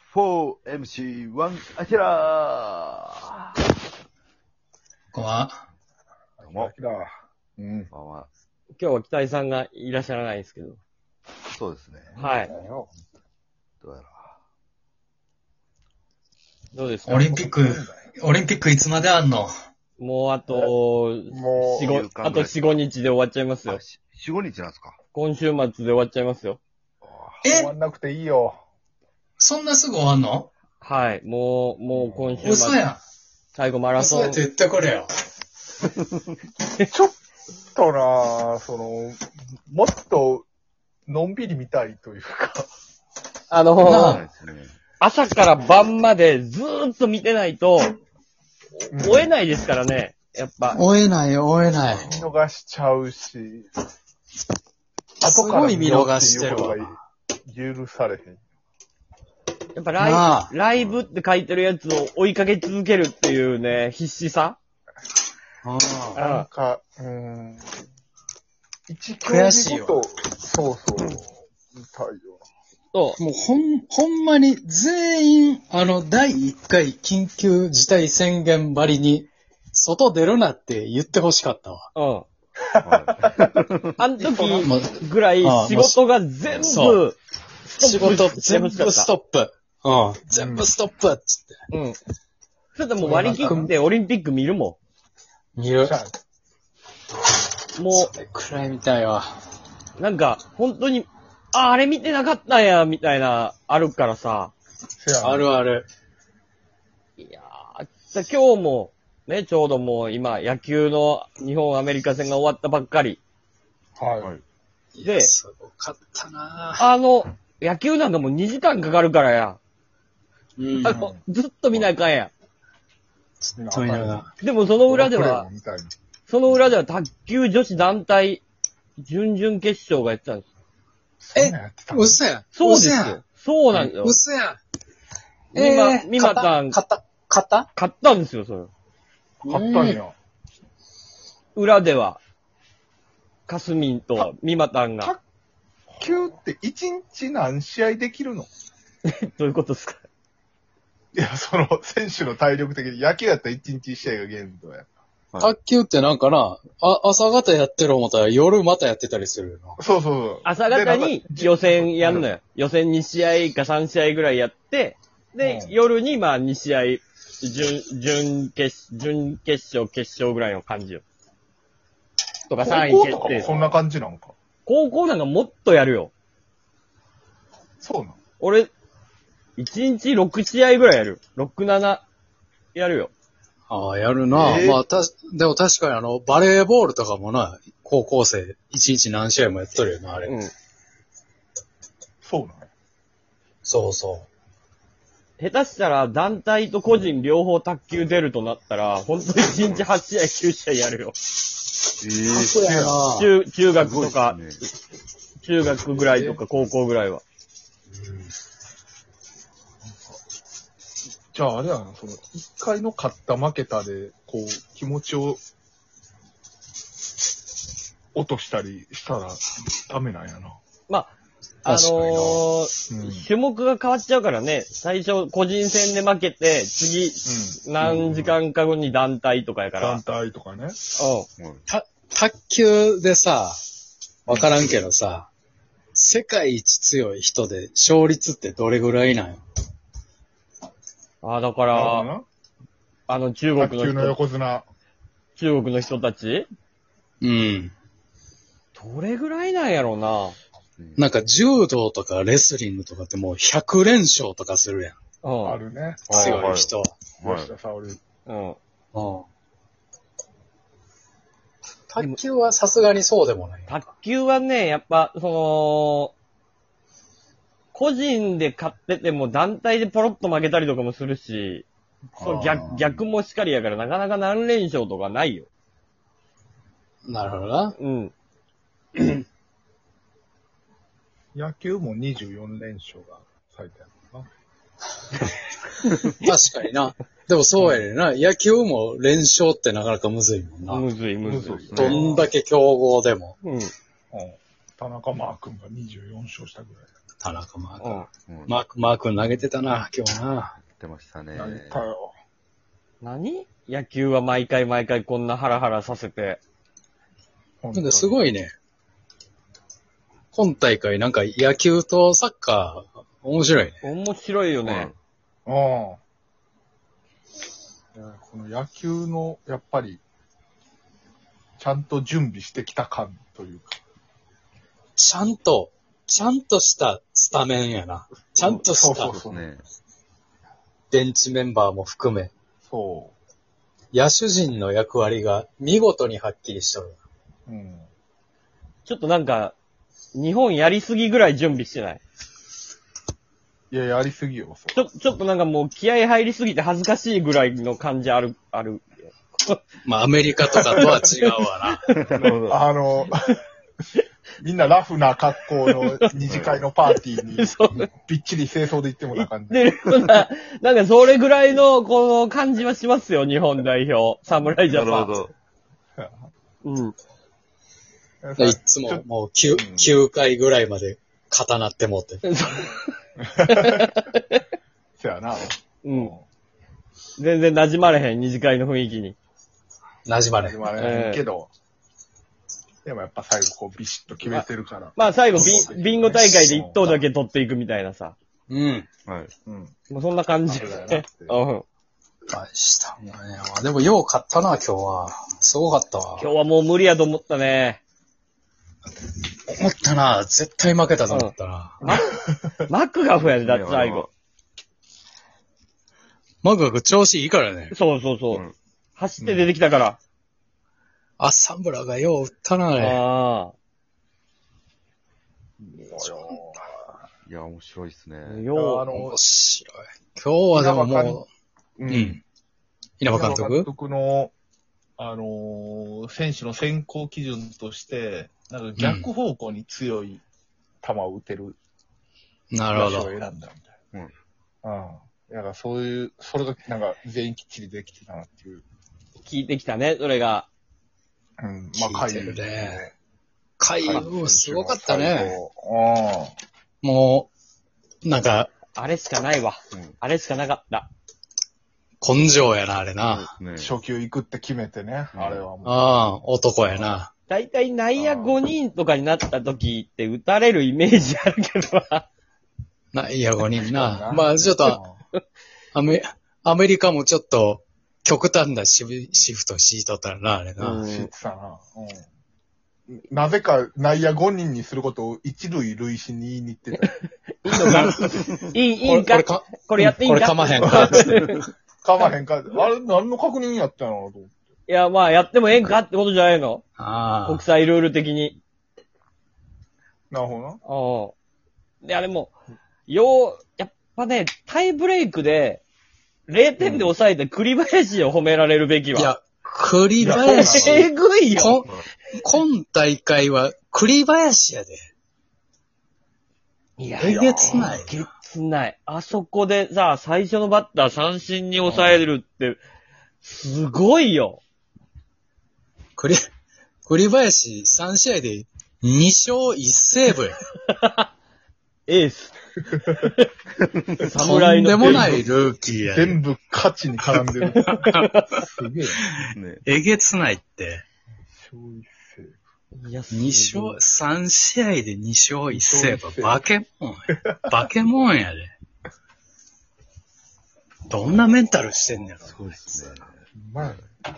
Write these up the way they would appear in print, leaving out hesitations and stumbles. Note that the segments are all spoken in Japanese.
4MC1 アキラー。 こんばんは。 どうも。 うん。 こんばんは。 今日は北井さんがいらっしゃらないんですけど。 そうですね。 はい。 どうやら。 どうですか？ オリンピックいつまであんの？ もうあと、 もう 4、あと4、5日で終わっちゃいますよ。 4、5日なんですか？ 今週末で終わっちゃいますよ。 終わんなくていいよ。 そんなすぐ終わんの？ はい。もう今週末。 嘘やん。 最後マラソン。 嘘やって言ってくれよ。 ちょっとなもっと、のんびり見たいというか。 なあそうですね。 朝から晩までずーっと見てないと、追えないですからね。やっぱ。 追えない。 見逃しちゃうし。 すごい見逃してるわ。 許されへん。 やっぱなあライブって書いてるやつを追いかけ続けるっていうね、必死さ。 なんか、一競悔しいよ技ごと、そう、見たいよと、 もうほんまに全員、第1回緊急事態宣言ばりに、外出るなって言ってほしかったわ。 うん。 はあの時もうぐらい仕事が全部、 そう仕事して全部ほしかったストップ。全部ストップっつって。 うん。それでもう割り切ってオリンピック見るも見る。 じゃあん。もそれくらい見たいわ。 う、なんか、本当に、あれ見てなかったんや、みたいな、あるからさ。 せやなあるある。 いやー、今日も、ね、ちょうどもう今、野球の日本アメリカ戦が終わったばっかり。 はい。 でいやすごかったなぁ。 野球なんかもう2時間かかるからや。 うん。 ずっと見なあかんや。 と見ながら。 でもその裏では、 みたいな。 卓球女子団体、準々決勝がやってたんです。 そんなんやってたの嘘やん。 そうです嘘やんよ。そうなんですよ。 嘘やん。 みまたん、 勝った買ったんですよ、それ。 買ったんや。 裏では、かすみんとみまたんが。 卓球って一日何試合できるの？ どういうことですか？ いや、選手の体力的に、野球やったら一日一試合が限度や。 卓球ってなんかな、朝方やってる思ったら夜またやってたりするよな。 そう。 朝方に予選やんのよ。予選2試合か3試合ぐらいやって、で、夜にまあ2試合、準決勝、決勝ぐらいの感じよ。とか3位高校決定。 とかもそんな感じなんか。 高校なんかもっとやるよ。 そうなん。 俺、1日6試合ぐらいやる。6、7やるよ。 ああ、やるな。まあ、でも確かにバレーボールとかもな、高校生、一日何試合もやっとるよな、あれ。 うん。 そうなん。 そうそ下手したら団体と個人両方卓球出るとなったら、ほんと1日8試合、9試合やるよ。 そうやな。 中学すごいとか、 ですね。 中学ぐらいとか高校ぐらいは。 じゃああれやな、一回の勝った負けたで、こう、気持ちを落としたりしたらダメなんやな。 まあ、 確かにな種目が変わっちゃうからね、最初個人戦で負けて、次、何時間か後に団体とかやから。 団体とかね。 卓球でさ、わからんけどさ、世界一強い人で勝率ってどれぐらいなんよ？ だかなるほら、 どな。 中卓球の国の人、 横綱。 中国の人たちうん。 どれぐらいなんやろうな。 なんか柔道とかレスリングとかってもう100連勝とかするやん。 うん。 あるね。 強い人は。 はい吉田沙保里。 うん。 うん。卓球はさすがにそうでもない。 卓球はね、やっぱ、個人で勝ってても団体でポロッと負けたりとかもするし、逆もしかりやからなかなか何連勝とかないよ。 なるほどな。 うん。 野球も24連勝がされてるのか確かにな。でもそうやねんな。野球も連勝ってなかなかむずいもんな。 むずい。 どんだけ強豪でも。 うん。 な。田中マー君が24勝したぐらいだ。 田中マー君。 うん。 マー君投げてたな、今日な。 やってましたね。 やったよ。 何野球は毎回こんなハラハラさせて。 なんかすごいね。今大会なんか野球とサッカー、面白いね。 面白いよね。 うん。いやこの野球の、やっぱり、ちゃんと準備してきた感というか。 ちゃんとしたスタメンやな。ちゃんとしたそうそうね。 ベンチメンバーも含め、 そ野手陣の役割が見事にはっきりしとる。 う。うん。 ちょっとなんか、日本やりすぎぐらい準備してない。 いや、やりすぎよ、それ。 ちょっとなんかもう気合入りすぎて恥ずかしいぐらいの感じある。 まあアメリカとかとは違うわな。 なるほど。 みんなラフな格好の二次会のパーティーに、びっちり清掃で行ってもな感じ。 で、なんかそれぐらいのこの感じはしますよ、日本代表。侍ジャパン。 なるほど。 うん。 いつももう 9回ぐらいまで固なってもって。 そやな。 うん。全然馴染まれへん、二次会の雰囲気に。 馴染まれへん。 まあけど、でもやっぱ最後こうビシッと決めてるから。 まあ最後ビンゴ大会で一等だけ取っていくみたいなさ。 うん。 はい。 うん。 もうそんな感じ。うん。 大したもんね。でもよう勝ったな、今日は。すごかったわ。 今日はもう無理やと思ったね。 思ったな。絶対負けたと思ったな。 マクガフやで、だって最後。 マクガフ調子いいからね。 そうそうそう。 うん走って出てきたから。 アッサンブラがよう打ったな、あれ。 あいや、面白いっすあ。 ね。 よ面白い。今日はでももう、 ううん。稲葉監督の、選手の選考基準として、なんか逆方向に強い球を打てるなるほど。 場所を選んだみたいな。うん。だからそういう、それがなんか全員きっちりできてたなっていう。 う、聞いてきたね、それが。 うん。 聞いてるね。海運すごかったね。 うもう、なんか、 あれしかないわ。 うんあれしかなかった。 根性やな、あれな。 ねん。初球行くって決めてね、 うんあれはもう。 ああ、男やな。 だいたい内野5人とかになった時って打たれるイメージあるけどな。 いや、5人な。まあ、ちょっと、アメリカもちょっと、極端なシフト敷いとったらな、あれな。 うん知ってたな。うん。なぜか内野5人にすることを一塁塁審に言いに行ってた。 いいのかいいんかこれやっていいんかこれかまへんか。 かまへんか。あれ、何の確認やったのと思って。 いや、まあ、やってもええんかってことじゃないのあ国際ルール的に。 なるほどな。 いや、でも、やっぱね、タイブレイクで、0点で抑えて栗林を褒められるべきあ。 は。 いや、栗林。 えぐいよ。 今大会は栗林やで。 いやえげつない。 えげつない。あそこでさ、最初のバッター三振に抑えるって、すごいよ。 栗林3試合で2勝1セーブや。 エース。 と侍の。 んでもないルーキーやで。 全部勝ちに絡んでる。すげえ。 ね。 えげつないって。 勝利制いや、 2勝、3試合で2勝1セーブ。化け物や。化け物やで。どんなメンタルしてんねやろ。 そうですね。 うまい。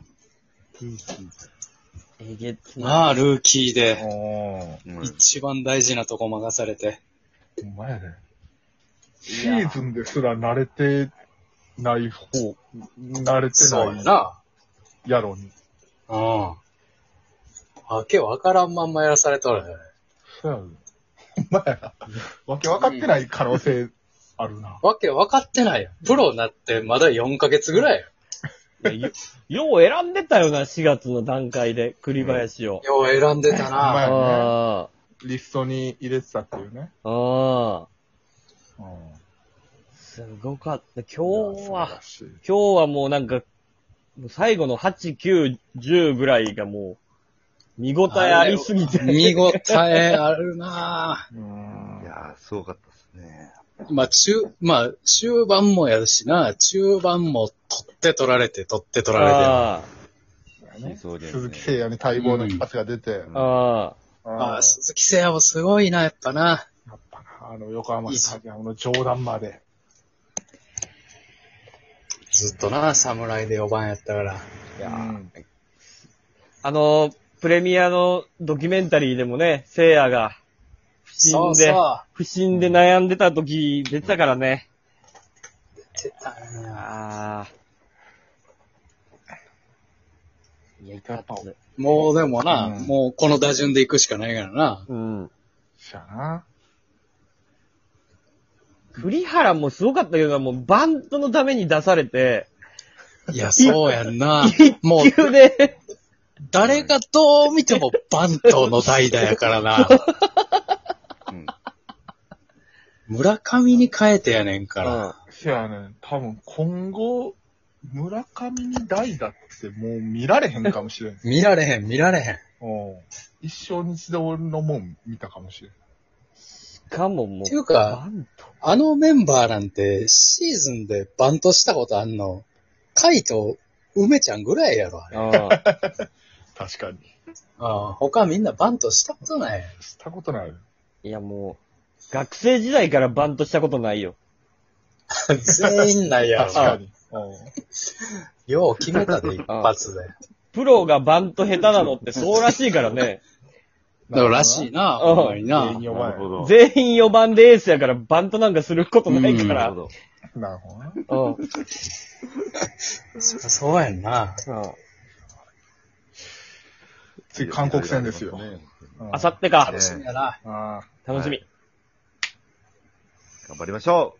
えげつない。 まあ、ルーキーで、 うん一番大事なとこ任されて。 うまいね。シーズンですら慣れてない方、慣れてそうないやな。 やろに。 うん。わけわからんまんまやらされとるね。 そうやね。うまいな。わけ分かってない可能性あるな。 わけわかってないよ。プロになってまだ4ヶ月ぐらいよ。 よう選んでたよな、4月の段階で、栗林を。 よう選んでたうまいな。 ねあリストに入れてたっていうね。 あ。ああ。 うん。 すごかった。今日はいや、素晴らしい今日はもうなんか、もう最後の8、9、10ぐらいがもう、見応えありすぎて。 見応えあるな。 うんいやー、すごかったっね終盤もやるしな、中盤も取って取られて、取って取られて。 あねそうですね鈴木誠也に待望の一発が出て。 あ。ああ。 ああ、鈴木誠也もすごいな、やっぱな。 やっぱな、横浜スタジアムの上段まで。 ずっとな、侍で4番やったから。 いやうんプレミアのドキュメンタリーでもね、聖夜がそうそう。 不審で悩んでた時出てたからね。 出てたんや。 ああ。いや、いかった。 もうでもな、 うんもうこの打順で行くしかないからな。 うん。 しゃあな。 栗原もすごかったけど、もうバントのために出されて、 いや、そうやんな。もう、 急で、 誰がどう見てもバントの代打やからな。 うん。 村上に変えてやねんから。 せやねん、多分今後、村上に代打ってもう見られへんかもしれん。 見られへん、見られへん。 一生に一度のもん見たかもしれん。 しかももう、 っていうかバント。 あのメンバーなんてシーズンでバントしたことあんの、カイと梅ちゃんぐらいやろ、あれ。 ああ。 確かに。 他みんなバントしたことない。 したことない。 いやもう、学生時代からバントしたことないよ。 全員ないやろ。 確かに。 よう決めたで、一発で。 プロがバント下手なのってそうらしいからね。 だかららしいな、 うんほんまにな。 全員呼ばないなるほど。 全員4番でエースやからバントなんかすることないから。 なるほど。 なるほどね。 うん。 そうやんな。 次、韓国戦ですよ。 ね。 あさってか。 楽しみやな。 あ楽しみ。 頑張りましょ